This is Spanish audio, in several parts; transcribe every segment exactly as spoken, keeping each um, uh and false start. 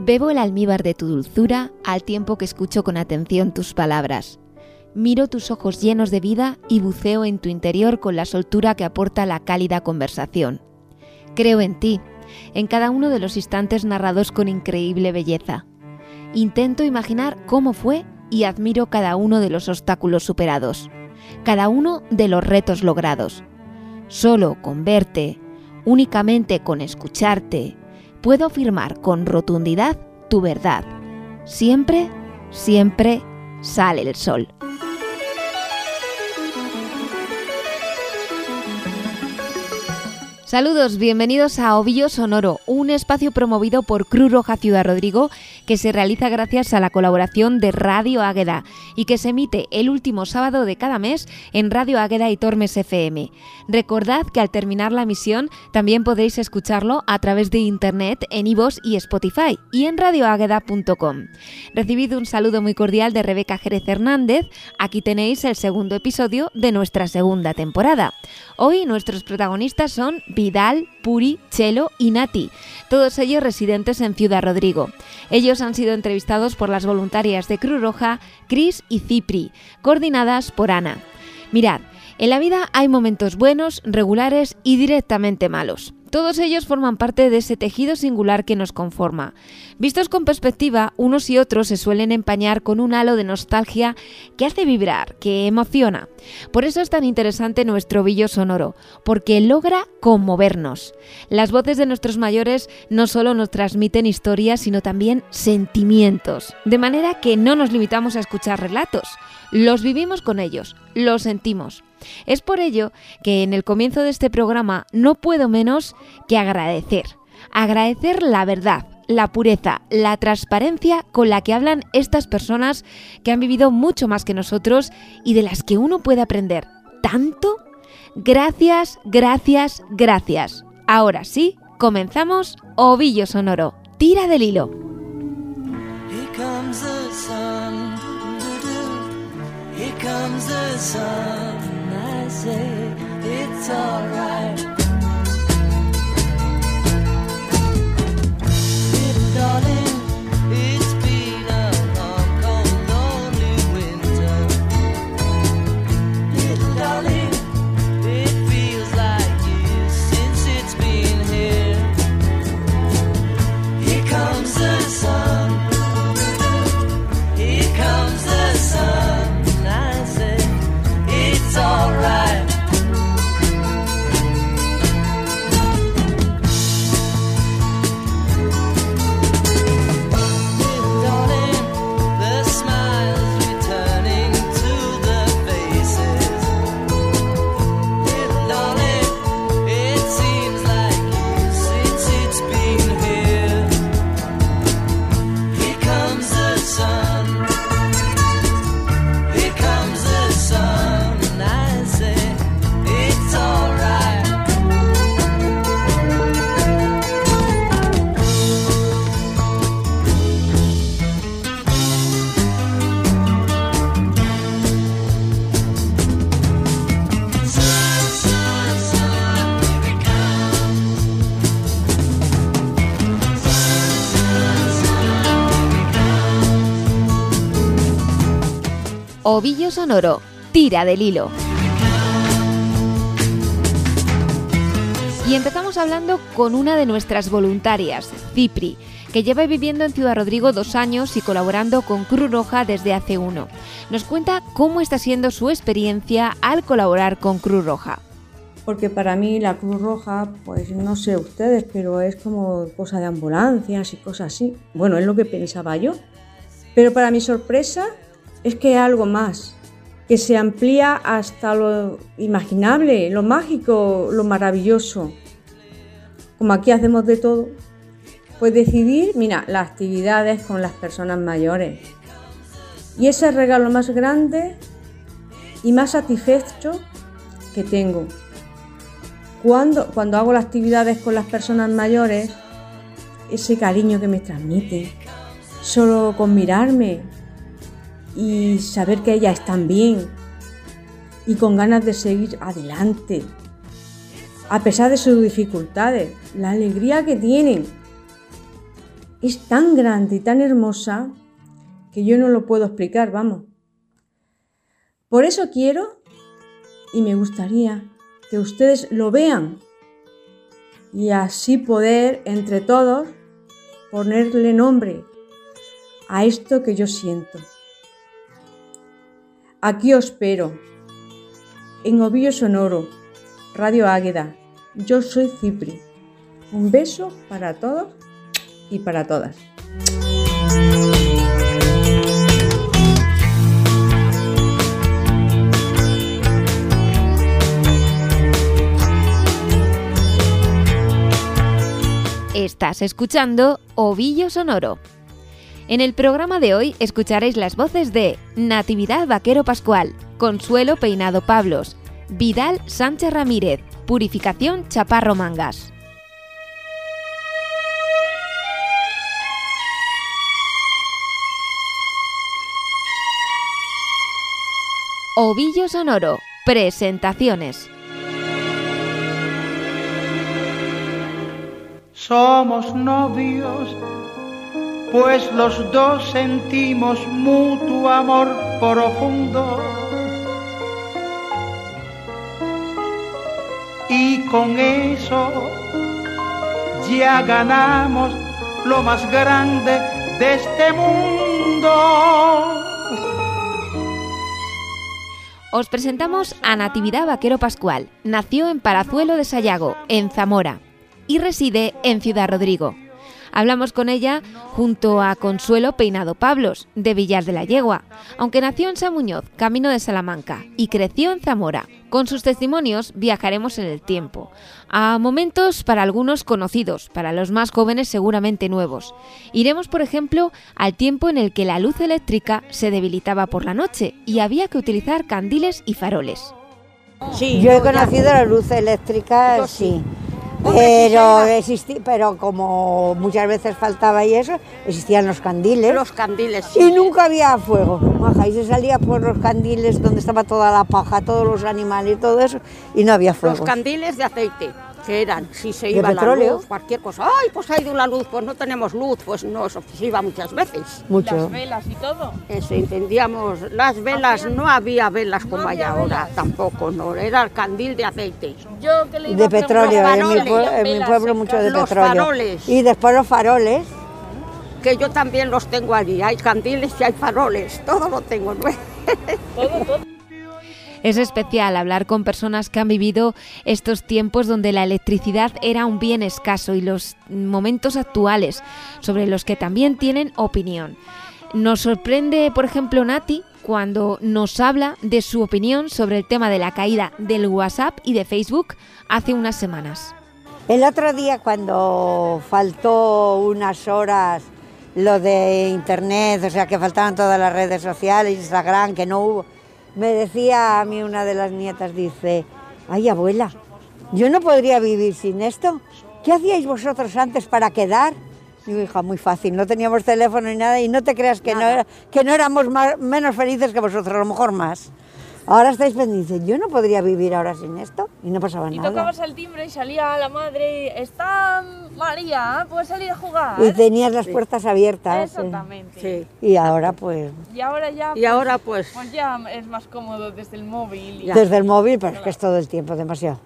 Bebo el almíbar de tu dulzura al tiempo que escucho con atención tus palabras. Miro tus ojos llenos de vida y buceo en tu interior con la soltura que aporta la cálida conversación. Creo en ti, en cada uno de los instantes narrados con increíble belleza. Intento imaginar cómo fue y admiro cada uno de los obstáculos superados, cada uno de los retos logrados. Solo con verte, únicamente con escucharte, puedo afirmar con rotundidad tu verdad. Siempre, siempre sale el sol. Saludos, bienvenidos a Ovillo Sonoro, un espacio promovido por Cruz Roja Ciudad Rodrigo que se realiza gracias a la colaboración de Radio Águeda y que se emite el último sábado de cada mes en Radio Águeda y Tormes F M. Recordad que al terminar la emisión también podréis escucharlo a través de internet en iVoox y Spotify y en radio águeda punto com. Recibid un saludo muy cordial de Rebeca Jerez Hernández. Aquí tenéis el segundo episodio de nuestra segunda temporada. Hoy nuestros protagonistas son Vidal, Puri, Chelo y Nati, todos ellos residentes en Ciudad Rodrigo. Ellos han sido entrevistados por las voluntarias de Cruz Roja, Cris y Cipri, coordinadas por Ana. Mirad, en la vida hay momentos buenos, regulares y directamente malos. Todos ellos forman parte de ese tejido singular que nos conforma. Vistos con perspectiva, unos y otros se suelen empañar con un halo de nostalgia que hace vibrar, que emociona. Por eso es tan interesante nuestro Ovillo Sonoro, porque logra conmovernos. Las voces de nuestros mayores no solo nos transmiten historias, sino también sentimientos. De manera que no nos limitamos a escuchar relatos, los vivimos con ellos, los sentimos. Es por ello que en el comienzo de este programa no puedo menos que agradecer. Agradecer la verdad, la pureza, la transparencia con la que hablan estas personas que han vivido mucho más que nosotros y de las que uno puede aprender tanto. Gracias, gracias, gracias. Ahora sí, comenzamos Ovillo Sonoro. Tira del hilo. Here comes the sun, here comes the sun. I say it's alright. Little darling, it's been a long, cold, lonely winter. Little darling, it feels like years since it's been here. Here comes the sun. Here comes the sun. I say it's alright. Ovillo Sonoro, tira del hilo. Y empezamos hablando con una de nuestras voluntarias, Cipri, que lleva viviendo en Ciudad Rodrigo dos años y colaborando con Cruz Roja desde hace uno. Nos cuenta cómo está siendo su experiencia al colaborar con Cruz Roja. Porque para mí la Cruz Roja, pues no sé ustedes, pero es como cosa de ambulancias y cosas así. Bueno, es lo que pensaba yo. Pero para mi sorpresa es que hay algo más, que se amplía hasta lo imaginable, lo mágico, lo maravilloso. Como aquí hacemos de todo, pues decidir, mira, las actividades con las personas mayores. Y ese es el regalo más grande y más satisfecho que tengo. Cuando, cuando hago las actividades con las personas mayores, ese cariño que me transmiten, solo con mirarme y saber que ellas están bien y con ganas de seguir adelante, a pesar de sus dificultades, la alegría que tienen. es tan grande y tan hermosa que yo no lo puedo explicar, vamos. Por eso quiero y me gustaría que ustedes lo vean y así poder entre todos ponerle nombre a esto que yo siento. Aquí os espero, en Ovillo Sonoro, Radio Águeda. Yo soy Cipri. Un beso para todos y para todas. Estás escuchando Ovillo Sonoro. En el programa de hoy escucharéis las voces de Natividad Vaquero Pascual, Consuelo Peinado Pablos, Vidal Sánchez Ramírez, Purificación Chaparro Mangas. Ovillo Sonoro, presentaciones. Somos novios, pues los dos sentimos mutuo amor profundo. Y con eso ya ganamos lo más grande de este mundo. Os presentamos a Natividad Vaquero Pascual. Nació en Parazuelo de Sayago, en Zamora, y reside en Ciudad Rodrigo. Hablamos con ella junto a Consuelo Peinado Pablos, de Villar de la Yegua, aunque nació en San Muñoz, camino de Salamanca, y creció en Zamora. Con sus testimonios viajaremos en el tiempo, a momentos para algunos conocidos, para los más jóvenes seguramente nuevos. Iremos, por ejemplo, al tiempo en el que la luz eléctrica se debilitaba por la noche y había que utilizar candiles y faroles. Sí, yo he conocido la luz eléctrica, yo sí. sí. Pero existí, pero como muchas veces faltaba y eso, existían los candiles. Los candiles, sí. Y nunca había fuego. Maja, y se salía por los candiles donde estaba toda la paja, todos los animales y todo eso, y no había fuego. Los candiles de aceite, que eran, si se iba la luz, cualquier cosa. Ay, pues ha ido la luz, pues no tenemos luz, pues no, eso se iba muchas veces. Mucho. Las velas y todo. Eso, entendíamos, las velas, no había velas como no hay había ahora, velas. Tampoco, no, era el candil de aceite. Yo que le iba De a petróleo, preguntar, en mi, pue- en mi velas pueblo en mucho casa. de Los petróleo. faroles. Y después los faroles. Que yo también los tengo allí, hay candiles y hay faroles, todo lo tengo, ¿no? Todo, todo. Es especial hablar con personas que han vivido estos tiempos donde la electricidad era un bien escaso y los momentos actuales, sobre los que también tienen opinión. Nos sorprende, por ejemplo, Nati, cuando nos habla de su opinión sobre el tema de la caída del WhatsApp y de Facebook hace unas semanas. El otro día, cuando faltó unas horas lo de internet, o sea que faltaban todas las redes sociales, Instagram, que no hubo, me decía a mí una de las nietas, dice, ay abuela, yo no podría vivir sin esto. ¿Qué hacíais vosotros antes para quedar? Digo, hija, muy fácil, no teníamos teléfono ni nada y no te creas que, no, era, que no éramos más, menos felices que vosotros, a lo mejor más. Ahora estáis pendientes, yo no podría vivir ahora sin esto y no pasaba Y nada. tocabas al timbre y salía la madre, está María, puedes salir a jugar. Y tenías las puertas abiertas. Exactamente. Sí. Y ahora pues, Y ahora ya, Y ahora pues, pues ya es más cómodo desde el móvil. Y desde el móvil, pero es que es todo el tiempo, demasiado.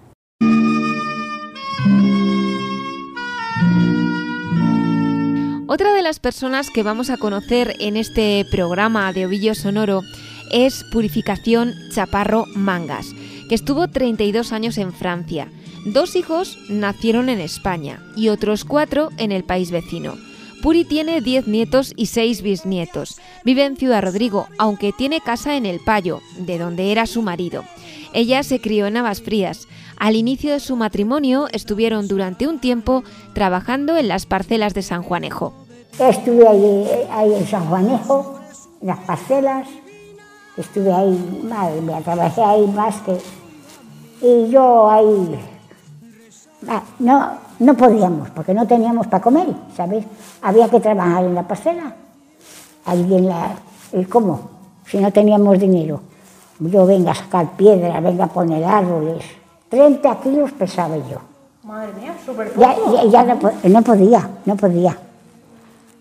Otra de las personas que vamos a conocer en este programa de Ovillo Sonoro es Purificación Chaparro Mangas, que estuvo treinta y dos años en Francia. Dos hijos nacieron en España y otros cuatro en el país vecino. Puri tiene diez nietos y seis bisnietos. Vive en Ciudad Rodrigo, aunque tiene casa en El Payo, de donde era su marido. Ella se crió en Navasfrías. Al inicio de su matrimonio estuvieron durante un tiempo trabajando en las parcelas de San Juanejo. Estuve ahí, ahí en San Juanejo, en las parcelas, estuve ahí, madre mía, trabajé ahí más que... Y yo ahí, ah, no, no podíamos, porque no teníamos para comer, ¿sabes? Había que trabajar en la parcela, ahí en la... ¿Y cómo? Si no teníamos dinero. Yo venga a sacar piedras, venga a poner árboles. treinta kilos pesaba yo. Madre mía, súper Ya, ya, ya no, po- no podía, no podía.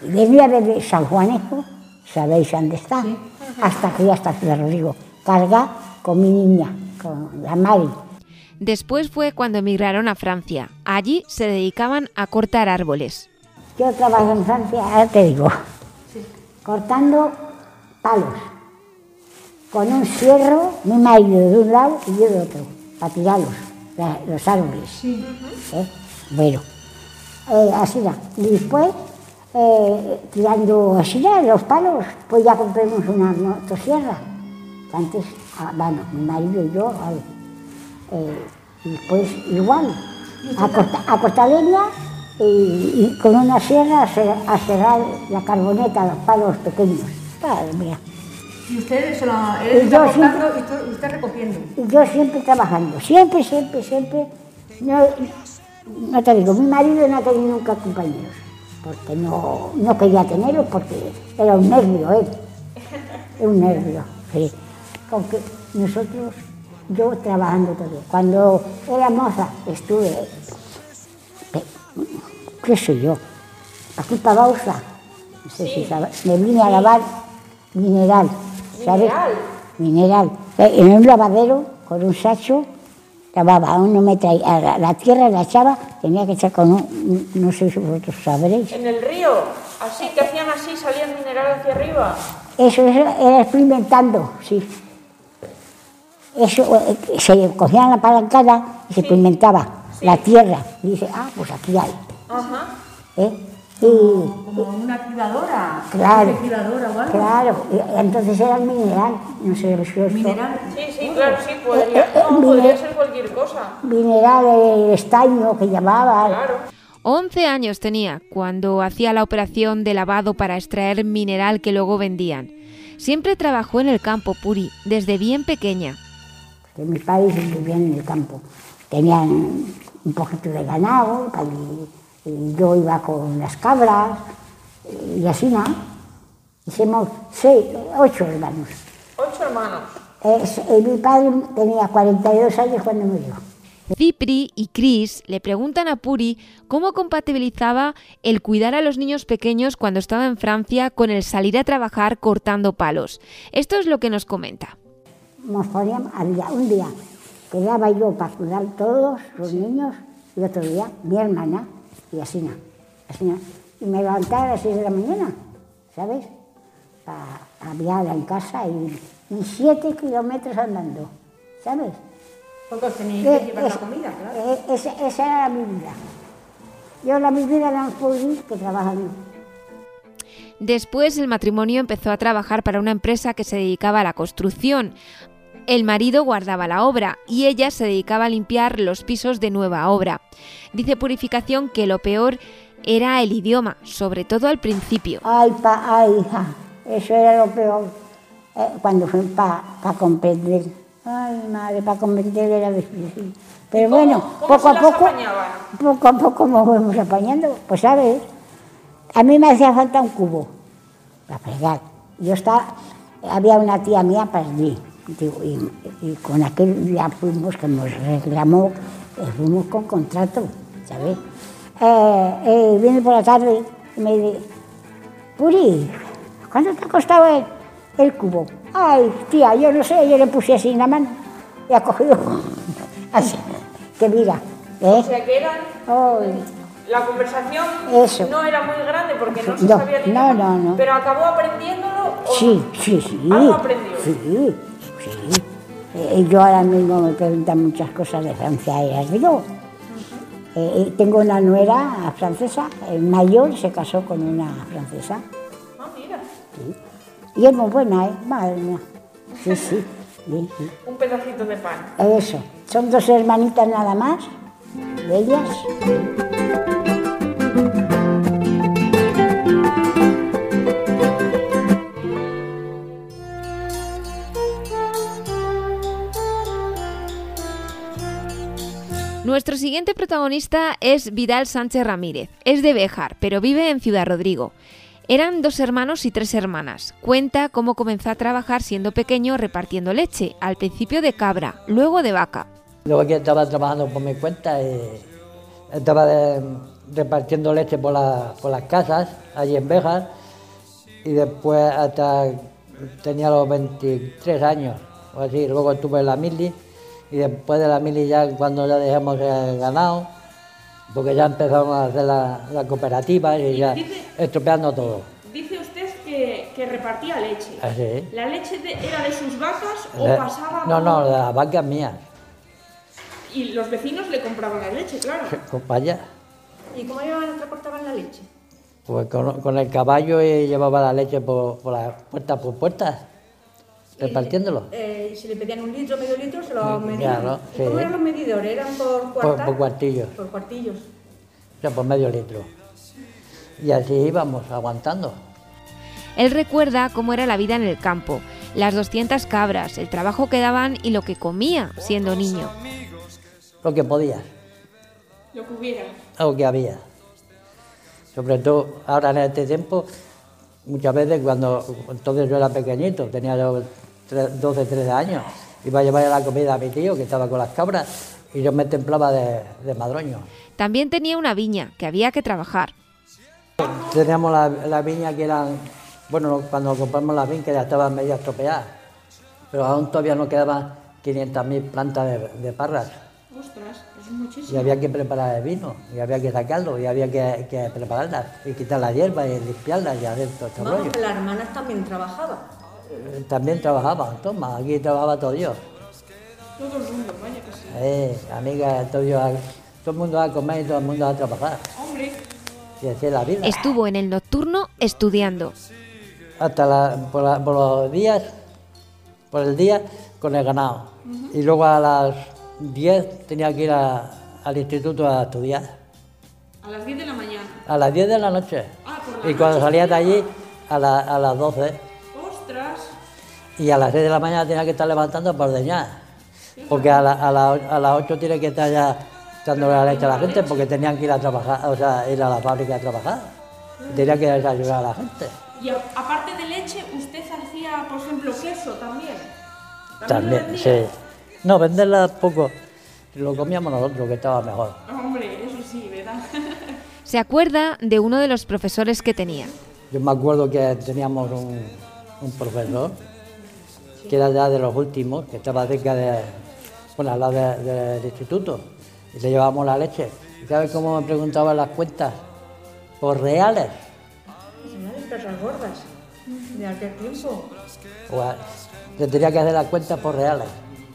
venía desde San Juanejo, sabéis dónde está, sí. Hasta aquí, hasta Ciudad Rodrigo, carga con mi niña, con la Mari. Después fue cuando emigraron a Francia. Allí se dedicaban a cortar árboles. Yo trabajé en Francia, ahora te digo, sí. Cortando palos, con un cierro, mi marido de un lado y yo de otro, para tirarlos, la, los árboles. Sí. ¿Eh? Bueno, eh, así era. Y después, eh, tirando así los palos, pues ya compramos una motosierra. Antes, ah, bueno, mi marido y yo, vale. Eh, y después igual, a cortar, a cortar leña y, y con una sierra a, ser, a cerrar la carboneta, los palos pequeños. Madre mía. Y usted se lo él está cortando y usted recogiendo. Y yo siempre trabajando, siempre, siempre, siempre. No, no te digo, mi marido no ha tenido nunca compañeros, porque no, no quería tenerlos, porque era un nervio él, un nervio, sí. Con que nosotros, yo trabajando todo. Cuando era moza estuve, qué sé yo, aquí para Bausa, no sé sí. Si sabes, me vine a lavar mineral, ¿sabes? Mineral. En un lavadero, con un sacho, lavaba, uno me traía, la, la tierra la echaba, tenía que echar con un, no sé si vosotros sabréis. ¿En el río? ¿Así? ¿Que hacían así? ¿Salía el mineral hacia arriba? Eso era, era experimentando, sí. Eso, se cogía la palancada y se sí. Experimentaba sí. La tierra. Y dice, ah, pues aquí hay. Ajá. ¿Eh? Y, como, como una activadora. Claro, una activadora o algo. Claro. Y, entonces era el mineral, no sé si os ¿Mineral? Sí, sí, claro, sí, podría, eh, eh, no, podría ser cualquier cosa. Mineral, el estaño que llamaban. Claro. once años tenía cuando hacía la operación de lavado para extraer mineral que luego vendían. Siempre trabajó en el campo, Puri, desde bien pequeña. Que mis padres vivían en el campo. Tenían un poquito de ganado, y, y yo iba con las cabras, y así nada. Hicimos seis, ocho hermanos. ¿Ocho hermanos? Eh, mi padre tenía cuarenta y dos años cuando murió. Cipri y Chris le preguntan a Puri cómo compatibilizaba el cuidar a los niños pequeños cuando estaba en Francia con el salir a trabajar cortando palos. Esto es lo que nos comenta. Nos poníamos, había un día quedaba yo para cuidar todos los niños y otro día mi hermana y así nada, así nada. Y me levantaba a las seis de la mañana, ¿sabes? Para aviar en casa y, y siete kilómetros andando, ¿sabes? ¿Cuántos tenéis que llevar la comida? Claro. Eh, esa, esa era mi vida. Yo la mi vida no puedo ir que trabajan. Después el matrimonio empezó a trabajar para una empresa que se dedicaba a la construcción. El marido guardaba la obra y ella se dedicaba a limpiar los pisos de nueva obra. Dice Purificación que lo peor era el idioma, sobre todo al principio. Ay, pa, ay, hija, eso era lo peor. Eh, cuando fue para pa comprender. Ay, madre, para comprender era difícil. Pero ¿Cómo, bueno, cómo poco se a las poco, apañaban? poco a poco como fuimos apañando. Pues sabes, a mí me hacía falta un cubo para fregar. Yo estaba, había una tía mía para allí, digo, y, y con aquel día fuimos, que nos reclamó, eh, fuimos con contrato, ¿sabes? Eh, eh, viene por la tarde y me dice, Puri, ¿cuánto te ha costado el, el cubo? Ay, tía, yo no sé, yo le puse así en la mano y ha cogido así, que mira, ¿eh? O sea que eran... Oh, la conversación eso. No era muy grande porque no se no, sabía el no, idioma, no, no. pero acabó aprendiéndolo. ¿O sí, sí, sí. ¿Algo aprendió? Sí, sí. Eh, yo ahora mismo me preguntan muchas cosas de Francia y las digo. Eh, tengo una nuera francesa, el mayor se casó con una francesa. Ah, mira. Sí. Y es muy buena, ¿eh? Madre mía. Sí, sí. Sí, sí. Un pedacito de pan. Eso. Son dos hermanitas nada más, de ellas. Nuestro siguiente protagonista es Vidal Sánchez Ramírez. Es de Béjar, pero vive en Ciudad Rodrigo. Eran dos hermanos y tres hermanas. Cuenta cómo comenzó a trabajar siendo pequeño repartiendo leche, al principio de cabra, luego de vaca. Luego que estaba trabajando por mi cuenta, eh, estaba de, repartiendo leche por, la, por las casas allí en Béjar, y después hasta tenía los veintitrés años, o así. Luego estuve en la mili, y después de la mili ya cuando ya dejamos el ganado, porque ya empezamos a hacer la, la cooperativa y ya Dice- estropeando todo. Dice usted que, que repartía leche. Así. ¿La leche de- era de sus vacas o De- pasaba? no, por- no, de las vacas mías, Y los vecinos le compraban la leche, claro. compañía. ¿Y cómo llevaban, transportaban la leche? Pues con, con el caballo y llevaba la leche por, por las puertas por puertas, repartiéndolo. Eh, si le pedían un litro, medio litro, se lo Sí, medían. claro, ¿Y sí. cómo eran los medidores? ¿Eran por Por, cuartas? por cuartillos, Por cuartillos. o sea, por medio litro. Y así íbamos, aguantando. Él recuerda cómo era la vida en el campo, las doscientas cabras, el trabajo que daban y lo que comía siendo niño. Lo que podía, Lo que hubiera. lo que había. Sobre todo ahora en este tiempo, muchas veces cuando entonces yo era pequeñito, tenía yo tre- doce, trece años, iba a llevar la comida a mi tío que estaba con las cabras y yo me templaba de, de madroño. También tenía una viña que había que trabajar. Teníamos la, la viña que eran, bueno, cuando compramos la viña que ya estaban medio estropeadas, pero aún todavía no quedaban quinientas mil plantas de, de parras. Ostras, eso es muchísimo. Y había que preparar el vino, y había que sacarlo, y había que, que prepararlas, y quitar la hierba, y limpiarlas, y hacer todo este rollo. Vamos, que las hermanas también trabajaban. Eh, También trabajaban, toma, aquí trabajaba todo Dios. Todo el mundo, vaya que sí. Eh, amiga, todo, Dios, todo el mundo va a comer y todo el mundo va a trabajar. Hombre, Y así es la vida. Estuvo en el nocturno estudiando. Hasta la- por, la- por los días, por el día, con el ganado. Y luego a las diez tenía que ir a- al instituto a estudiar. a las diez de la mañana. A las diez de la noche. Ah, por la Y cuando noche salía de allí, estudiaba. a, la- a las doce. Ostras. Y a las seis de la mañana tenía que estar levantando para ordeñar. Porque a, la- a, la- a las ocho tiene que estar ya dándole la leche a la gente, porque tenían que ir a trabajar, o sea, ir a la fábrica a trabajar. Y tenía que desayunar a la gente. Y a- aparte de leche, ¿usted hacía, por ejemplo, queso también? lo También, vendía? sí. No, venderla poco. Lo comíamos nosotros, que estaba mejor. Hombre, eso sí, ¿verdad? Se acuerda de uno de los profesores que tenía. Yo me acuerdo que teníamos un, un profesor, que era ya de los últimos, que estaba cerca de, bueno, al lado de- del instituto, y le llevábamos la leche. ¿Y sabes cómo me preguntaban las cuentas? Por reales. Señores, perras gordas. De aquel tiempo. O a- se tenía que hacer las cuentas por reales.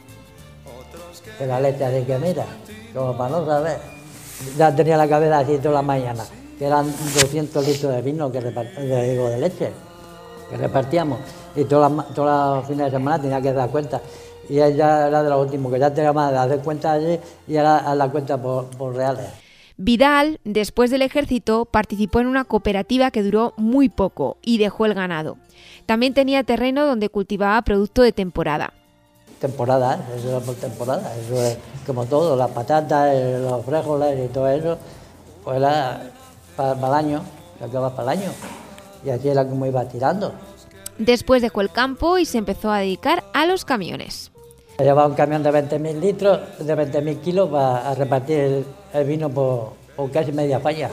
De la leche, así que mira, como para no saber. Ya tenía la cabeza así toda la mañana, que eran doscientos litros de vino, que repart- de, digo, de leche, que repartíamos. Y todas las ma- todos los fines de semana tenía que dar cuenta. Y ella era de los últimos, que ya tenía más de hacer cuentas allí y era a la cuenta por, por reales. Vidal, después del ejército, participó en una cooperativa que duró muy poco y dejó el ganado. También tenía terreno donde cultivaba producto de temporada. Temporada, ¿eh? Eso era por temporada, eso es como todo, las patatas, eh, los frijoles y todo eso, pues era para, para el año, se acaba para el año. Y así era como iba tirando. Después dejó el campo y se empezó a dedicar a los camiones. Llevaba un camión de veinte mil litros, de veinte mil kilos, para a repartir el, el vino por, por casi media España.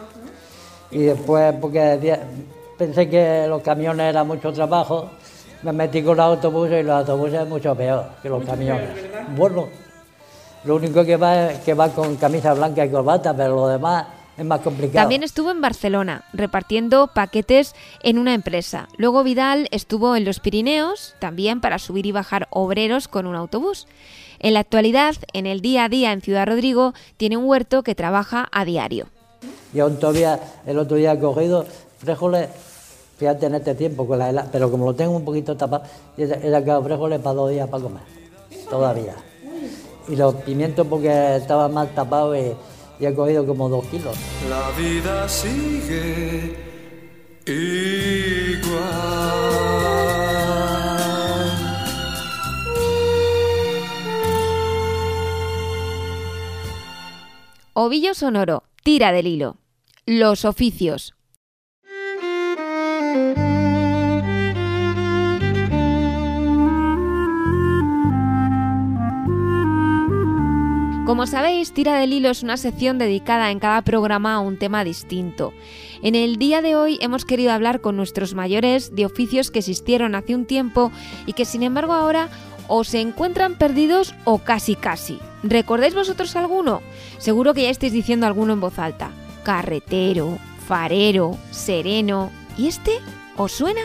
Y después, porque di- pensé que los camiones era mucho trabajo, me metí con los autobuses y los autobuses es mucho peor que los camiones. Bueno, lo único que va es que va con camisa blanca y corbata, pero lo demás es más complicado. También estuvo en Barcelona, repartiendo paquetes en una empresa. Luego Vidal estuvo en los Pirineos, también para subir y bajar obreros con un autobús. En la actualidad, en el día a día en Ciudad Rodrigo, tiene un huerto que trabaja a diario. Y aún todavía, el otro día he cogido frijoles, fíjate en este tiempo, con la hela- pero como lo tengo un poquito tapado, he he sacado frijoles para dos días para comer, todavía. Y los pimientos porque estaban más tapados y, y he cogido como dos kilos. La vida sigue igual. Ovillo sonoro, tira del hilo. Los oficios. Como sabéis, Tira del Hilo es una sección dedicada en cada programa a un tema distinto. En el día de hoy hemos querido hablar con nuestros mayores de oficios que existieron hace un tiempo y que sin embargo ahora o se encuentran perdidos o casi casi. ¿Recordáis vosotros alguno? Seguro que ya estáis diciendo alguno en voz alta. Carretero, farero, sereno. ¿Y este? ¿Os suena?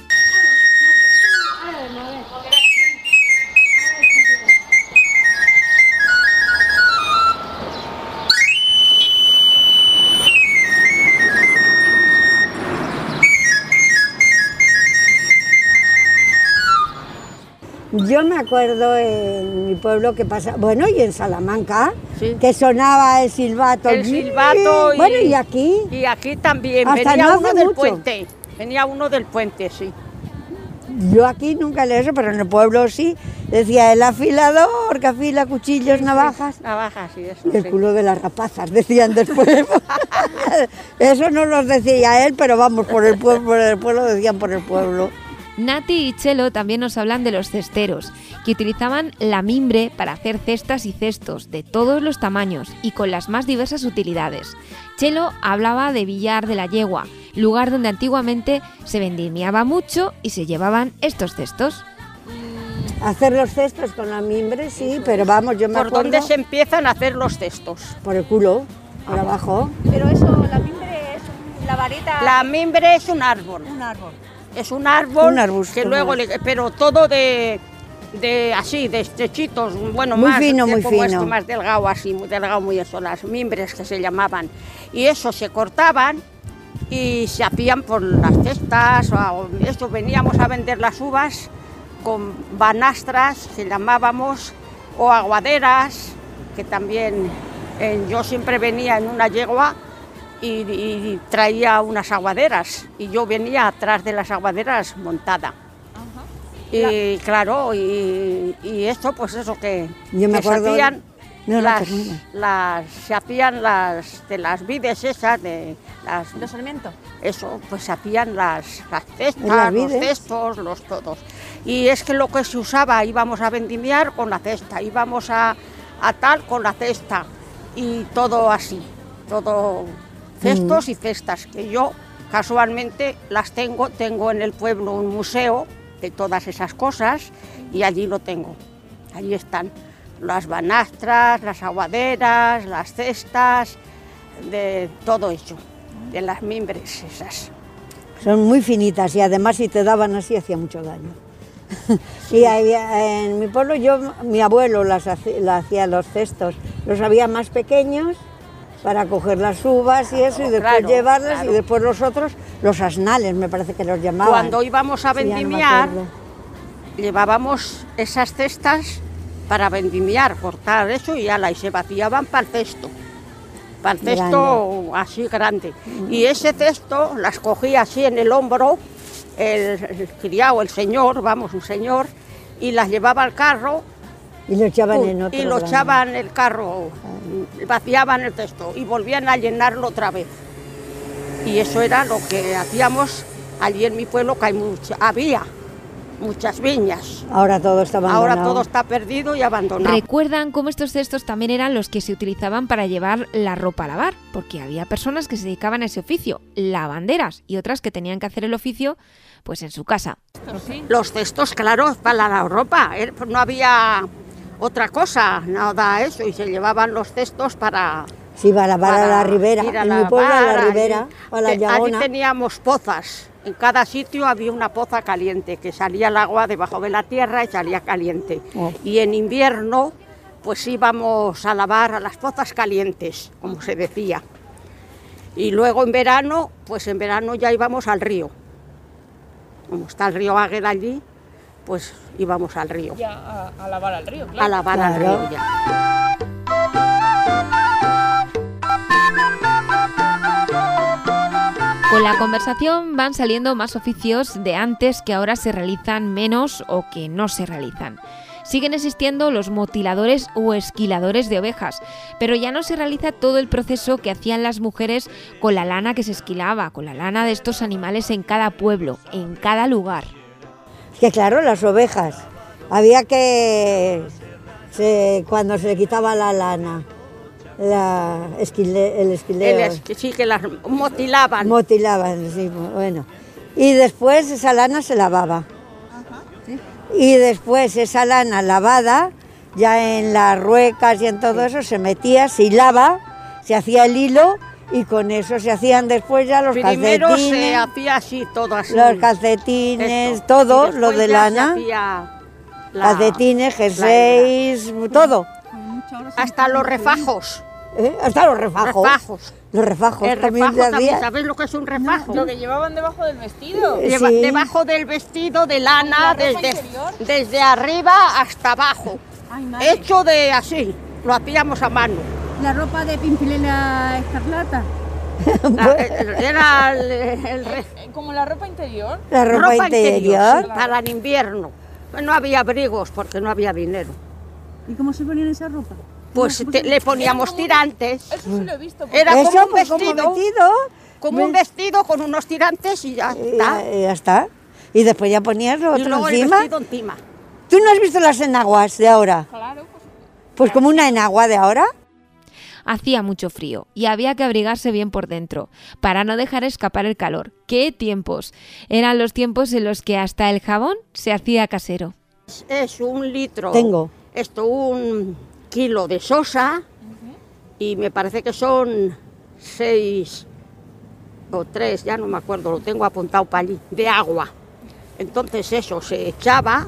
Yo me acuerdo en mi pueblo que pasa, bueno, y en Salamanca, Sí. que sonaba el silbato. El silbato y, Bueno, y aquí, y aquí también. Hasta Venía no uno hace del mucho. puente. Venía uno del puente, sí. yo aquí nunca le he eso, pero en el pueblo sí, decía el afilador, que afila cuchillos, navajas. Navajas y eso. Y el sí. culo de las rapazas, decían después. Eso no los decía él, pero vamos, por el pueblo, por el pueblo decían por el pueblo. Nati y Chelo también nos hablan de los cesteros, que utilizaban la mimbre para hacer cestas y cestos de todos los tamaños y con las más diversas utilidades. Chelo hablaba de Villar de la Yegua, lugar donde antiguamente se vendimiaba mucho y se llevaban estos cestos. Hacer los cestos con la mimbre, sí, pero vamos, yo me ¿Por acuerdo... dónde se empiezan a hacer los cestos? Por el culo, por abajo. Pero eso, la mimbre es la varita... La mimbre es un árbol. Un árbol. Es un árbol Un arbusto, que luego, más. le- pero todo de, de así, de estrechitos, bueno, Muy más fino, de muy como fino. esto, más delgado así, muy delgado, muy eso, las mimbres que se llamaban. Y eso se cortaban y se hacían por las cestas, o esto, veníamos a vender las uvas con banastras, que llamábamos, o aguaderas, que también eh, yo siempre venía en una yegua y, y traía unas aguaderas y yo venía atrás de las aguaderas montada. Y claro, y, y esto, pues eso que, Yo me que acuerdo- se hacían, No, no, las, termina. las, se hacían las de las vides esas, de las, ¿De sarmiento? eso, pues se hacían las, las cestas, las los vides. cestos, los todos. Y es que lo que se usaba, íbamos a vendimiar con la cesta, íbamos a, a tal con la cesta y todo así, todo cestos y cestas, que yo casualmente las tengo, tengo en el pueblo un museo de todas esas cosas y allí lo tengo, allí están las banastras, las aguaderas, las cestas, de todo eso, de las mimbres esas. Son muy finitas y además si te daban así hacía mucho daño. Y había- en mi pueblo yo, mi abuelo las hace- la hacía los cestos, los había más pequeños para coger las uvas y eso y después claro, llevarlas claro. y después los otros, los asnales me parece que los llamaban. Cuando íbamos a Sí, ya no me vendimiar, acuerdo. llevábamos esas cestas para vendimiar, cortar eso y ala, y se vaciaban para el cesto, para el cesto así grande. Y ese cesto las cogía así en el hombro, el, el criado, el señor, vamos, un señor, y las llevaba al carro. Y lo echaban Pum, en otro. y lo grande. echaban en el carro, vaciaban el cesto y volvían a llenarlo otra vez. Y eso era lo que hacíamos allí en mi pueblo, que hay mucha- había muchas viñas. Ahora todo está abandonado. Ahora todo está perdido y abandonado. Recuerdan cómo estos cestos también eran los que se utilizaban para llevar la ropa a lavar, porque había personas que se dedicaban a ese oficio, lavanderas, y otras que tenían que hacer el oficio pues en su casa. Los cestos, claro, para la ropa, eh, no había otra cosa, nada eso, y se llevaban los cestos para... Sí, para, para, para la ribera, ir a en mi pueblo a lavar, la ribera, allí. a la Te- allí llagona. teníamos pozas, en cada sitio había una poza caliente, que salía el agua debajo de la tierra y salía caliente. Oh. Y en invierno, pues íbamos a lavar a las pozas calientes, como se decía. Y luego en verano, pues en verano ya íbamos al río. Como está el río Águeda allí, pues íbamos al río. Ya a, a lavar al río, claro. A lavar al Claro. río ya. Con la conversación van saliendo más oficios de antes que ahora se realizan menos o que no se realizan. Siguen existiendo los motiladores o esquiladores de ovejas, pero ya no se realiza todo el proceso que hacían las mujeres con la lana que se esquilaba, con la lana de estos animales en cada pueblo, en cada lugar. Que claro, las ovejas, había que se, cuando se le quitaba la lana, la esquile, el esquileo. El es- sí, que las motilaban. Motilaban, sí, bueno. Y después esa lana se lavaba. Y después esa lana lavada, ya en las ruecas y en todo eso, se metía, se hilaba, se hacía el hilo y con eso se hacían después ya los Primero se calcetines, hacía así, todo así. los calcetines, Esto. todo, Y lo después de ya se lana, hacía la- calcetines, jerseys, todo. Hasta los refajos. ¿Eh? Hasta los refajos. Refajos. Los refajos El también refajo se también, hacían. ¿sabes lo que es un refajo? Lo que llevaban debajo del vestido. Eh, Lleva- sí. Debajo del vestido de lana, ¿La ropa desde, interior? desde arriba hasta abajo. Ay, madre. Hecho de así, lo hacíamos a mano. La ropa de Pimpinela Escarlata. La- era el, el re- Eh, Como la ropa interior. La ropa, interior. sí, para el invierno. No había abrigos porque no había dinero. ¿Y cómo se ponían esa ropa? Pues te- le poníamos tirantes. Eso sí lo he visto. porque- Era Eso, como un pues, como vestido, vestido. como un vestido con unos tirantes y ya Y está. ya, y ya está. Y después ya ponías lo Y otro luego el encima. vestido encima. ¿Tú no has visto las enaguas de ahora? Claro, pues Pues como una enagua de ahora. Hacía mucho frío y había que abrigarse bien por dentro, para no dejar escapar el calor. ¡Qué tiempos! Eran los tiempos en los que hasta el jabón se hacía casero. Es un litro. Tengo. Esto, un kilo de sosa y me parece que son seis o tres, ya no me acuerdo, lo tengo apuntado para allí, de agua. Entonces eso se echaba,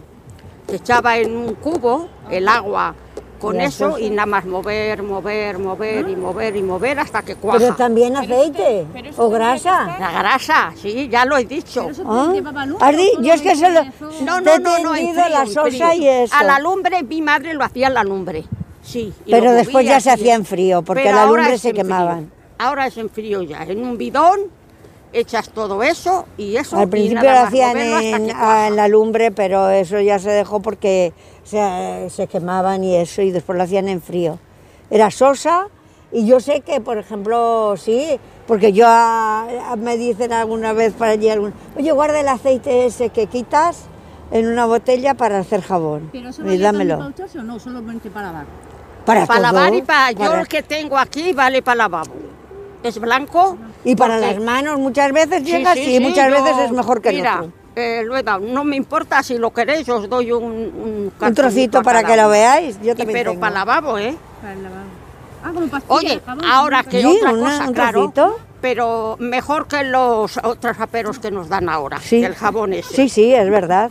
se echaba en un cubo el agua con Y la eso sosa. y nada más mover, mover, mover y mover y mover hasta que cuaja. Pero también aceite pero eso o tenía que grasa. La grasa, sí, ya lo he dicho. Ah, llevaba luz, has di- todo Yo es que eso solo de eso. No, te he no, no, no, en entendido frío, la en sosa frío. y eso. A la lumbre, mi madre lo hacía en la lumbre, sí. y Pero lo después movía ya se así. hacía en frío, porque Pero la ahora lumbre es se en frío. quemaban. Ahora es en frío ya, en un bidón echas todo eso y eso. Al y principio nada lo más hacían moverlo hasta en, que ah, cuaja. en la lumbre, pero eso ya se dejó porque se, se quemaban y eso, y después lo hacían en frío. Era sosa, y yo sé que, por ejemplo, sí, porque yo ah, ah, me dicen alguna vez para allí, algún, oye, guarda el aceite ese que quitas en una botella para hacer jabón. ¿Pero eso y valía también dámelo. para ducharse o no? Solamente para lavar. Para, Para todo, lavar y para... Yo para- el que tengo aquí vale para lavabo. Es blanco. y para porque- las manos muchas veces Sí, llega sí, así, sí, muchas yo- veces es mejor que el mira, otro. eh, lo he dado. No me importa si lo queréis, os doy un, un, Un cartoncito trocito a para cada que lo uno. veáis, yo Y también pero tengo. para lavabo, ¿eh? Para el lavado. Ah, como pastilla Oye, de jabón, ahora como que Sí, otra una- cosa, un claro, trocito. pero mejor que los otros aperos que nos dan ahora, Sí. el jabón ese. Sí, sí, es verdad.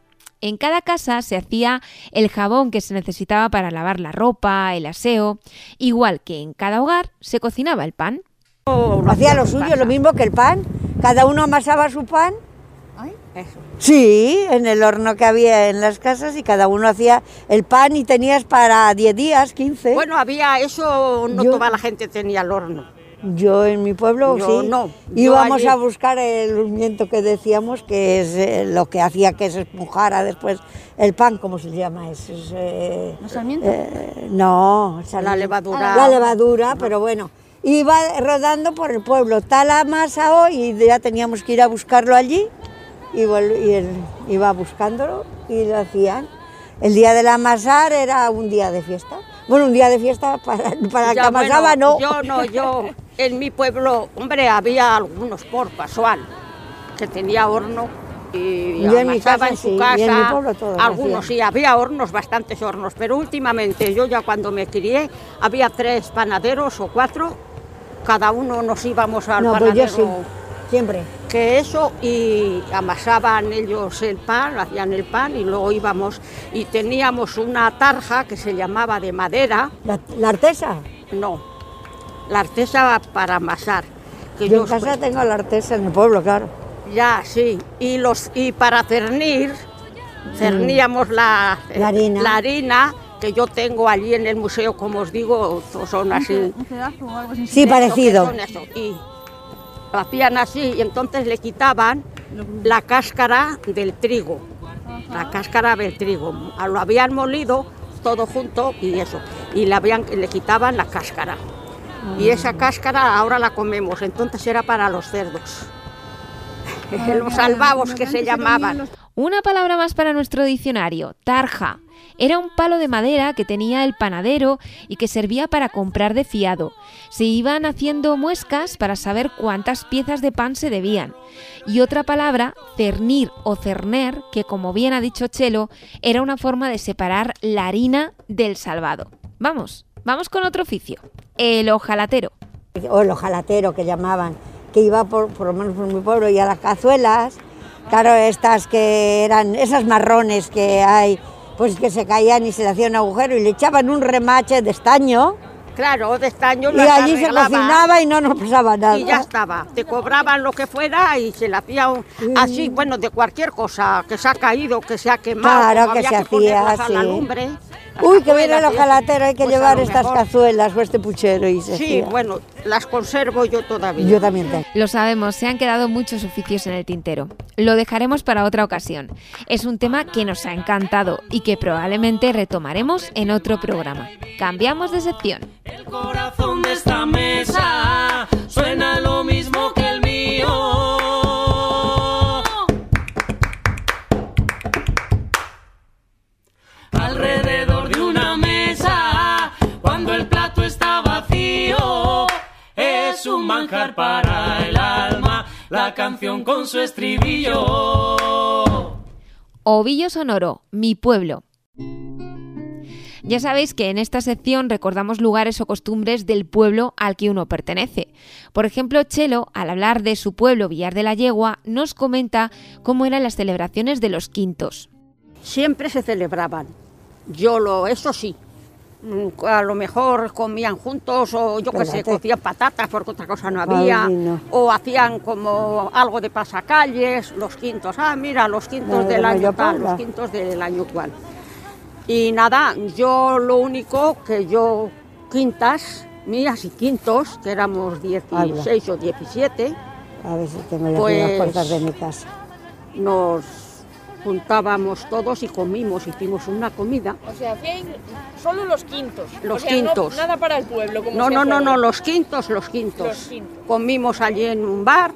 En cada casa se hacía el jabón que se necesitaba para lavar la ropa, el aseo, igual que en cada hogar se cocinaba el pan. O lo Hacía lo en suyo, casa. lo mismo que el pan. Cada uno amasaba su pan. Eso. Sí, en el horno que había en las casas, y cada uno hacía el pan y tenías para diez días, quince. Bueno, había eso, no Yo- toda la gente tenía el horno. Yo en mi pueblo Yo sí. no, yo Íbamos allí- a buscar el hundimiento que decíamos, que es eh, lo que hacía que se esponjara después el pan, ¿cómo se llama? Es, es, eh, ¿Los sarmientos? eh, no, sal- La levadura. La levadura, pero bueno. Iba rodando por el pueblo, tal masa hoy, y ya teníamos que ir a buscarlo allí, y, vol- y él iba buscándolo y lo hacían. El día del amasar era un día de fiesta. Bueno, un día de fiesta para, para el que Ya, amasaba, bueno, no. Yo no, yo en mi pueblo, hombre, había algunos por casual que tenía horno y Yo en mi amasaba casa en su sí, y casa. en mi pueblo todos algunos hacían. sí, había hornos, bastantes hornos, pero últimamente yo ya cuando me crié había tres panaderos o cuatro, cada uno nos íbamos al No, pues panadero. yo sí, siempre. Que eso, y amasaban ellos el pan, hacían el pan y luego íbamos y teníamos una tarja que se llamaba de madera, ¿La, la artesa? no, la artesa para amasar. Que Yo en os- casa tengo la artesa en el pueblo, claro. Ya, sí, y, los, y para cernir, cerníamos la, Mm. La harina. la harina, que yo tengo allí en el museo, como os digo, son así. Un pedazo o algo así. Sí, Eso, parecido. que son eso, y lo hacían así y entonces le quitaban la cáscara del trigo, la cáscara del trigo. Lo habían molido todo junto y eso, y le, habían, le quitaban la cáscara. Y esa cáscara ahora la comemos, entonces era para los cerdos. Los albavos que se llamaban. Una palabra más para nuestro diccionario, tarja. Era un palo de madera que tenía el panadero y que servía para comprar de fiado. Se iban haciendo muescas para saber cuántas piezas de pan se debían. Y otra palabra, cernir o cerner, que como bien ha dicho Chelo, era una forma de separar la harina del salvado. Vamos, vamos con otro oficio, el ojalatero. O el ojalatero que llamaban, que iba por, por lo menos por mi pueblo, y a las cazuelas, claro, estas que eran, esas marrones que hay, pues que se caían y se le hacía un agujero y le echaban un remache de estaño. Claro, de estaño. Y allí se cocinaba y no nos pasaba nada. Y ya estaba, te cobraban lo que fuera y se le hacía un, así, bueno, de cualquier cosa, que se ha caído, que se ha quemado. Claro, que había se que ponerlas hacía, a sí. la lumbre. Uy, que viene el ojalatero, hay que Pues a llevar lo estas mejor. cazuelas o este puchero. Y se Sí, hacía. bueno, las conservo yo todavía. Yo también tengo. Lo sabemos, se han quedado muchos oficios en el tintero. Lo dejaremos para otra ocasión. Es un tema que nos ha encantado y que probablemente retomaremos en otro programa. Cambiamos de sección. El corazón de esta mesa suena lo mismo que el mío. Alrededor de una mesa, cuando el plato está vacío, es un manjar para el alma, la canción con su estribillo. Ovillo sonoro, mi pueblo. Ya sabéis que en esta sección recordamos lugares o costumbres del pueblo al que uno pertenece. Por ejemplo, Chelo, al hablar de su pueblo Villar de la Yegua, nos comenta cómo eran las celebraciones de los quintos. Siempre se celebraban. Yo lo, eso sí, mm, a lo mejor comían juntos o yo qué sé, Espérate. cocían patatas porque otra cosa no había, Ay, no. o hacían como algo de pasacalles, los quintos, ah, mira, los quintos No, del no, año yo tal, Paula. los quintos del año cual. Y nada, yo lo único que yo, quintas, mías y quintos, que éramos dieciséis o diecisiete, A ver si tengo yo aquí Pues- las puertas de mi casa. nos juntábamos todos y comimos, hicimos una comida. O sea, hacían solo los quintos. Los O sea, no- quintos. nada para el pueblo. Como No, se no, hace no, no, ahora. los quintos, los quintos. Los quintos. Comimos allí en un bar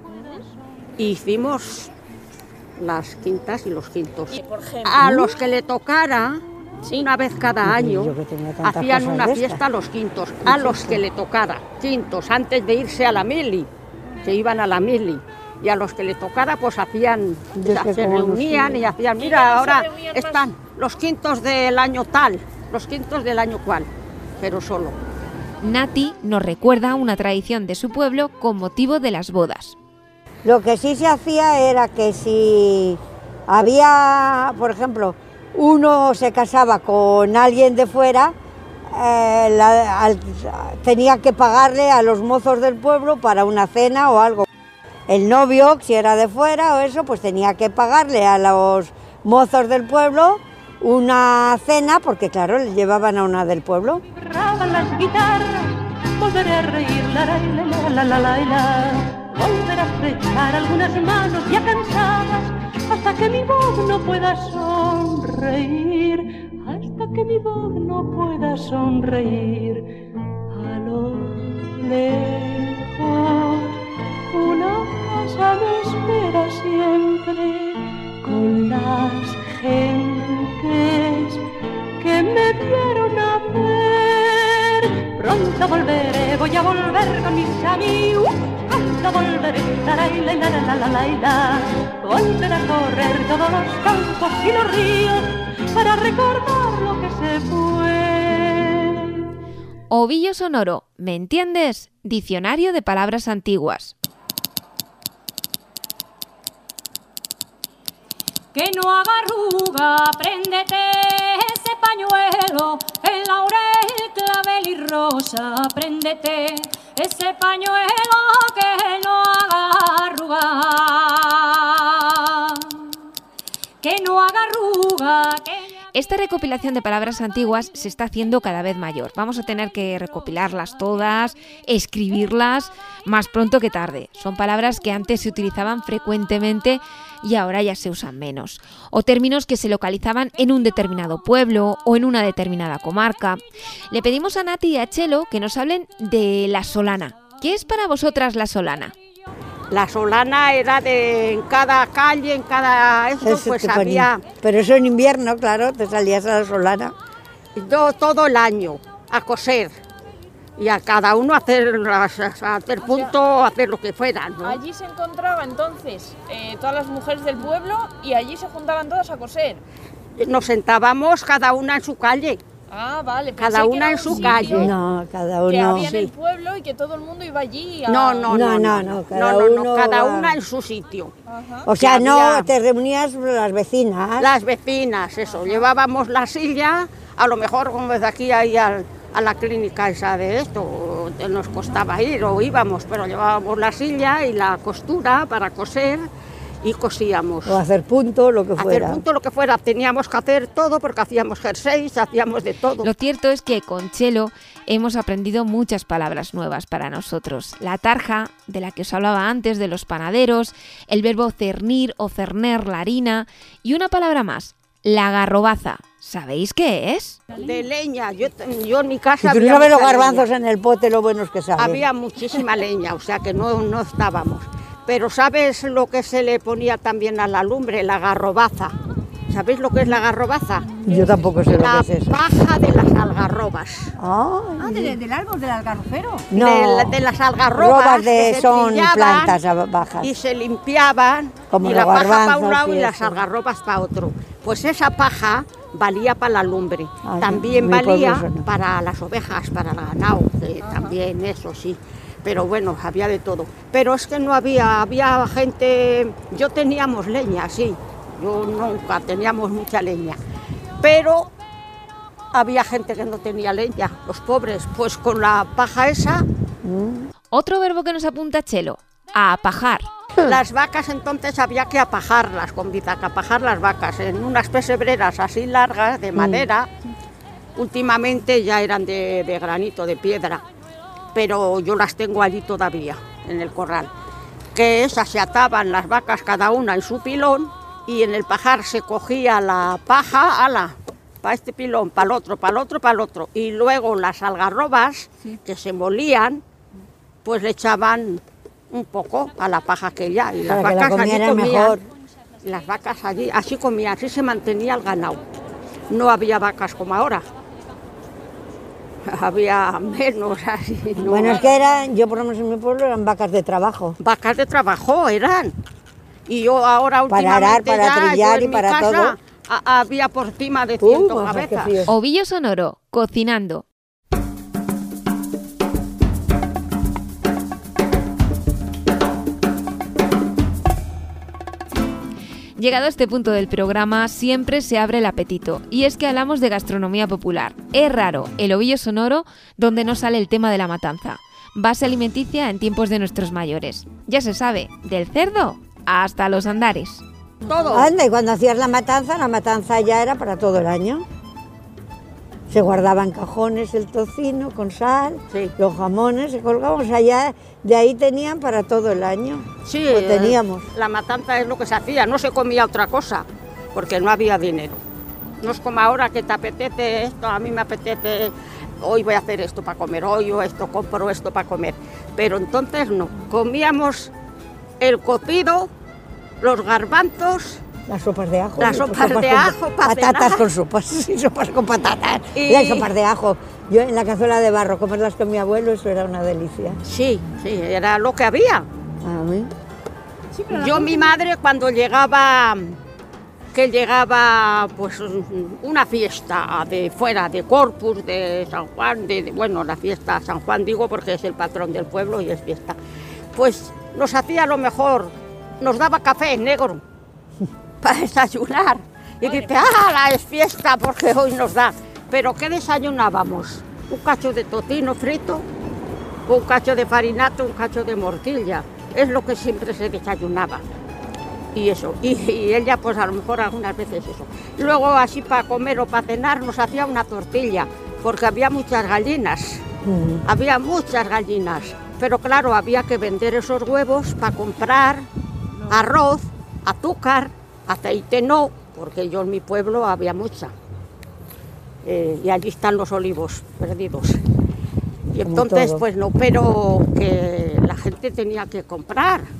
y hicimos las quintas y los quintos. Y, por ejemplo, A los que le tocara, una vez cada año, yo que tenía tantas hacían cosas una de fiesta estas. los quintos. A los que le tocara, quintos, antes de irse a la mili, se iban a la mili. Y a los que le tocara, pues hacían, Yo es que se como no reunían sé. y hacían, ¿Y mira, cómo se ahora reunían los- están los quintos del año tal, los quintos del año cual, pero solo. Nati nos recuerda una tradición de su pueblo con motivo de las bodas. Lo que sí se hacía era que si había, por ejemplo, uno se casaba con alguien de fuera, eh, la- al- tenía que pagarle a los mozos del pueblo para una cena o algo. El novio, si era de fuera o eso, pues tenía que pagarle a los mozos del pueblo una cena, porque claro, le llevaban a una del pueblo. Raban las guitarras, volveré a reír, la la la la la la la la. Volveré a estrechar algunas manos ya cansadas, hasta que mi voz no pueda sonreír, hasta que mi voz no pueda sonreír. A lo lejos, una casa me espera siempre, con las gentes que me vieron nacer. Pronto volveré, voy a volver con mis amigos. Pronto volveré, la la la la la la la la. Volveré a correr todos los campos y los ríos para recordar lo que se fue. Ovillo sonoro, ¿me entiendes? Diccionario de palabras antiguas. Que no haga arruga, préndete ese pañuelo, el laurel, clavel y rosa, préndete ese pañuelo que no haga arruga, que no haga arruga, que... Esta recopilación de palabras antiguas se está haciendo cada vez mayor. Vamos a tener que recopilarlas todas, escribirlas más pronto que tarde. Son palabras que antes se utilizaban frecuentemente y ahora ya se usan menos. O términos que se localizaban en un determinado pueblo o en una determinada comarca. Le pedimos a Nati y a Chelo que nos hablen de la solana. ¿Qué es para vosotras la solana? La solana era de en cada calle, en cada esto, Eso pues te ponía. había Pero eso en invierno, claro, te salías a la solana. yo, todo el año a coser y a cada uno a hacer, las- a hacer punto, a hacer lo que fuera, ¿no? Allí se encontraba entonces eh, todas las mujeres del pueblo y allí se juntaban todas a coser. Nos sentábamos cada una en su calle. Ah, vale. Cada pensé que una era en un su sitio calle. No, cada Que uno. había en el sí. pueblo y que todo el mundo iba allí. A... No, no, No, no, no, no, no, no, cada no, no, uno cada va- una en su sitio. Ajá. O sea, Que no, había- te reunías las vecinas. Las vecinas, eso, llevábamos la silla, a lo mejor como desde aquí ahí al- a la clínica esa de esto, nos costaba ir o íbamos, pero llevábamos la silla y la costura para coser y cosíamos. O hacer punto, lo que Hacer fuera. punto lo que fuera, teníamos que hacer todo porque hacíamos jerseys, hacíamos de todo. Lo cierto es que con Chelo hemos aprendido muchas palabras nuevas para nosotros. La tarja, de la que os hablaba antes, de los panaderos, el verbo cernir o cerner la harina y una palabra más, la garrobaza. ¿Sabéis qué es? De leña, yo, yo en mi casa Si tú no había sabes los mucha garbanzos leña. en el pote, lo buenos que saben. Había muchísima leña, o sea que no, no estábamos. Pero ¿sabes lo que se le ponía también a la lumbre? La garrobaza. ¿Sabéis lo que es la garrobaza? Yo tampoco sé La lo que es eso. paja de las algarrobas. Ay. Ah, de- del árbol del algarrofero. No, De, la- de las algarrobas robas de, que se son trillaban plantas a- bajas. y se limpiaban Como y los la paja para garbanzos un lado y y las eso. algarrobas para otro. Pues esa paja valía para la lumbre, Ay, también mi pueblo valía eso no. para las ovejas, para el ganado, que también eso sí. Pero bueno, había de todo. Pero es que no había, había gente, yo teníamos leña, sí, yo nunca teníamos mucha leña, pero había gente que no tenía leña, los pobres, pues con la paja esa. Otro verbo que nos apunta Chelo, a apajar. Las vacas entonces había que apajarlas con bizaca, apajar las vacas en unas pesebreras así largas de madera. Últimamente ya eran de, de granito, de piedra, pero yo las tengo allí todavía, en el corral. Que esas se ataban las vacas cada una en su pilón y en el pajar se cogía la paja, ala, para este pilón, para el otro, para el otro, para el otro. Y luego las algarrobas que se molían, pues le echaban un poco a la paja aquella y las Para que la vacas allí comieran comían. mejor. Y las vacas allí, así comían, así se mantenía el ganado. No había vacas como ahora. Había menos así. ¿no? Bueno, es que eran, yo por lo menos en mi pueblo eran vacas de trabajo. Vacas de trabajo eran. Y yo ahora Para arar, últimamente para ya, trillar yo y en mi para casa, todo. a- había por encima de cien Uh, pues, qué cabezas. frío. Ovillo sonoro, cocinando. Llegado a este punto del programa, siempre se abre el apetito. Y es que hablamos de gastronomía popular. Es raro el ovillo sonoro donde no sale el tema de la matanza. Base alimenticia en tiempos de nuestros mayores. Ya se sabe, del cerdo hasta los andares. Todo. Anda, y cuando hacías la matanza, la matanza ya era para todo el año. Se guardaban cajones el tocino con sal, Sí. los jamones se colgaban, o sea, ya de ahí tenían para todo el año. Sí, Pues eh, teníamos. la matanza es lo que se hacía, no se comía otra cosa, porque no había dinero. No es como ahora que te apetece esto, a mí me apetece, hoy voy a hacer esto para comer, hoy yo esto compro esto para comer. Pero entonces no, comíamos el cocido, los garbanzos, Las sopas de ajo. Las y sopas con- de ajo pa' Patatas cenar. con sopas, sí, sopas con patatas. Y- Las sopas de ajo. Yo en la cazuela de barro, comerlas con mi abuelo, eso era una delicia. sí, sí, era lo que había. A mí. Sí, pero la Yo, gente- mi madre, cuando llegaba, que llegaba pues una fiesta de fuera, de Corpus, de San Juan, de, de- bueno, la fiesta San Juan digo porque es el patrón del pueblo y es fiesta, pues nos hacía lo mejor, nos daba café negro para desayunar. Y dice, ah, la es fiesta porque hoy nos da. Pero ¿qué desayunábamos? Un cacho de tocino frito, un cacho de farinato, un cacho de morcilla. Es lo que siempre se desayunaba. Y eso, y, y ella pues a lo mejor algunas veces eso. Luego así para comer o para cenar nos hacía una tortilla, porque había muchas gallinas, Mm. había muchas gallinas. Pero claro, había que vender esos huevos para comprar arroz, azúcar, aceite no, porque yo en mi pueblo había mucha. Eh, y allí están los olivos perdidos. Y Como entonces, todo. pues no, pero que la gente tenía que comprar.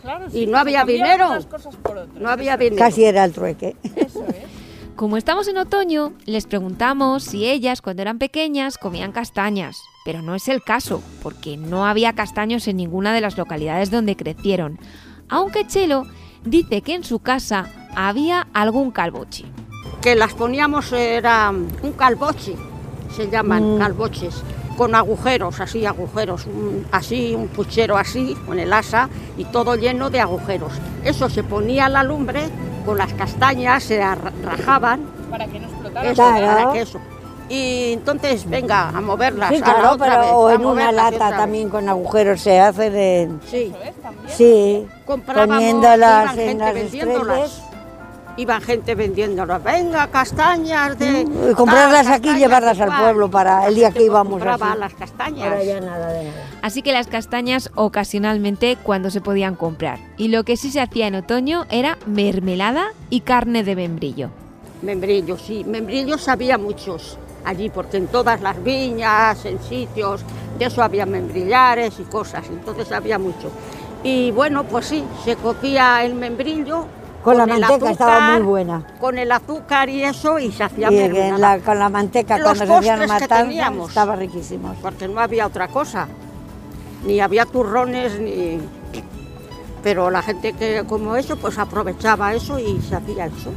Claro, y sí, no se había cambiaban dinero. unas cosas por otras. No había dinero. Casi era el trueque. Eso es. Como estamos en otoño, les preguntamos si ellas, cuando eran pequeñas, comían castañas. Pero no es el caso, porque no había castaños en ninguna de las localidades donde crecieron. Aunque Chelo dice que en su casa había algún calbochi. Que las poníamos, era un calbochi, se llaman Mm. calboches, con agujeros, así agujeros, un- así un puchero así, con el asa y todo lleno de agujeros. Eso se ponía a la lumbre, con las castañas se arra- rajaban, Para que no explotara. eso, Claro. para que eso. Y entonces, venga, a moverlas, Sí, a la claro, otra pero vez, o a en una moverlas y lata otra vez. también con agujeros se hace de... Sí, Eso es, también. Sí, comprábamos, poniéndolas iban en gente las vendiéndolas. estrellas. Iban gente vendiéndolas, venga, castañas de... Y comprarlas tal, aquí y castañas llevarlas de al cual. pueblo para La el día gente que íbamos compraba así. las castañas. Ahora ya nada de nada. Así que las castañas ocasionalmente cuando se podían comprar. Y lo que sí se hacía en otoño era mermelada y carne de membrillo. Membrillos, sí, membrillos había muchos allí, porque en todas las viñas, en sitios, de eso había membrillares y cosas, entonces había mucho. Y bueno, pues sí, se cogía el membrillo. Con la el manteca estaba muy azúcar, buena. Con el azúcar y eso, y se hacía Y mermelada. en la- con la manteca Los cuando se hacían postres que matanzas teníamos. estaba riquísimos. Porque no había otra cosa, ni había turrones, ni... Pero la gente que como eso, pues aprovechaba eso y se hacía eso.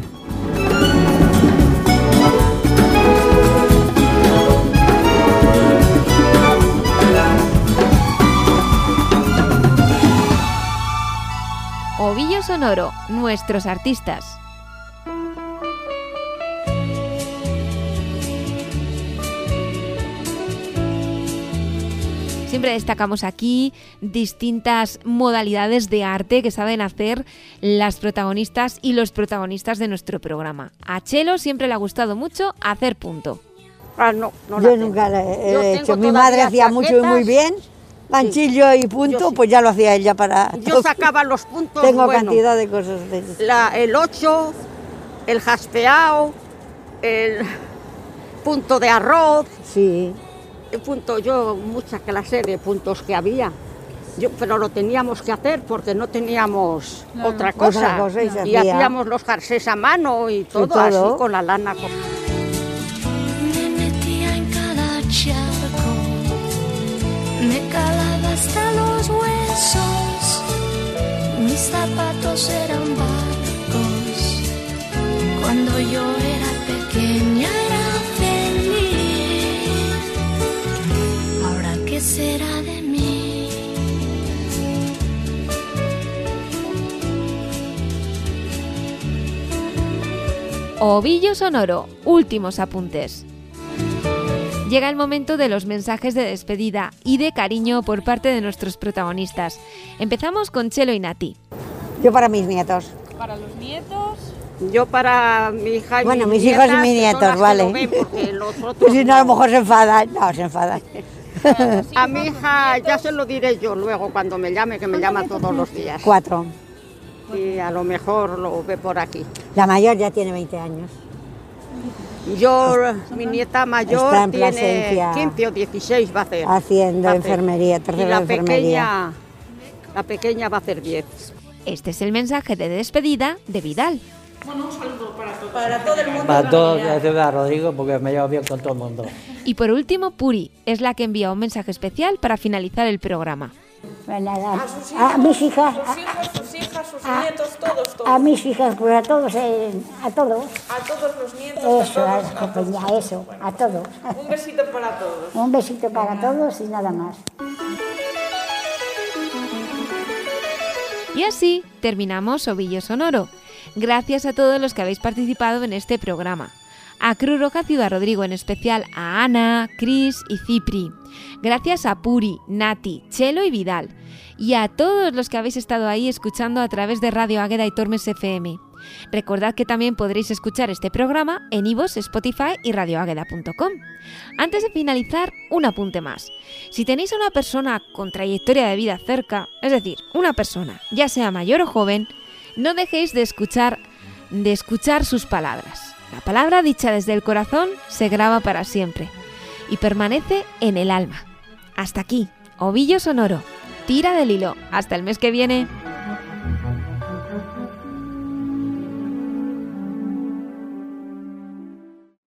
Ovillo Sonoro, nuestros artistas. Siempre destacamos aquí distintas modalidades de arte que saben hacer las protagonistas y los protagonistas de nuestro programa. A Chelo siempre le ha gustado mucho hacer punto. Ah, no, no Yo la nunca tengo. la he Yo he tengo hecho. Mi todavía madre hacía mucho y muy chaquetas. bien. Ganchillo y punto, Yo sí. pues ya lo hacía ella para... Yo sacaba los puntos, Tengo bueno, cantidad de cosas de esas. la- el ocho, el jaspeado, el punto de arroz, Sí. el punto, yo mucha clase de puntos que había. Yo, pero lo teníamos que hacer porque no teníamos otra cosa. Otra cosa y se y hacía. hacíamos los jersés a mano y todo, todo. así con la lana. Me metía en cada charco, me calaba hasta los huesos, mis zapatos eran barcos. Cuando yo era pequeña era feliz. Ahora qué será de mí. Ovillo Sonoro, últimos apuntes. Llega el momento de los mensajes de despedida y de cariño por parte de nuestros protagonistas. Empezamos con Chelo y Nati. Yo para mis nietos. Para los nietos. Yo para mi hija y Bueno, mis mis hijos y nietas, mis que son nietos, las que vale. lo ven, porque los otros Pues si no, a lo no. mejor se enfadan. No, se enfadan. A mi hija ya se lo diré yo luego cuando me llame, que me llama todos los días. Cuatro. Y a lo mejor lo ve por aquí. La mayor ya tiene veinte años. Yo, mi nieta mayor Está en tiene Plasencia. quince o dieciséis va a hacer. Haciendo Va a hacer. enfermería, Y tercera la enfermería. pequeña, la pequeña va a hacer diez. Este es el mensaje de despedida de Vidal. Bueno, un saludo para todos. Para todo el mundo. Para todos, gracias a Rodrigo, porque me llevo bien con todo el mundo. Y por último, Puri es la que envía un mensaje especial para finalizar el programa. Pues nada, A sus a hijos, mis hijas, sus hijos, sus hijas, sus a- nietos, todos, todos. a mis hijas, pues a todos, eh, a todos. A todos los nietos, Eso, a a todos. la a compañía, todos. eso, a todos. Un besito para todos. Un besito para todos y nada más. Y así terminamos Ovillo Sonoro. Gracias a todos los que habéis participado en este programa. A Cruz Roja Ciudad Rodrigo, en especial a Ana, Cris y Cipri. Gracias a Puri, Nati, Chelo y Vidal. Y a todos los que habéis estado ahí escuchando a través de Radio Águeda y Tormes F M. Recordad que también podréis escuchar este programa en iVoox, Spotify y radioágueda punto com. Antes de finalizar, un apunte más. Si tenéis a una persona con trayectoria de vida cerca, es decir, una persona, ya sea mayor o joven, no dejéis de escuchar, de escuchar sus palabras. La palabra dicha desde el corazón se graba para siempre y permanece en el alma. Hasta aquí, Ovillo Sonoro. Tira del hilo. Hasta el mes que viene.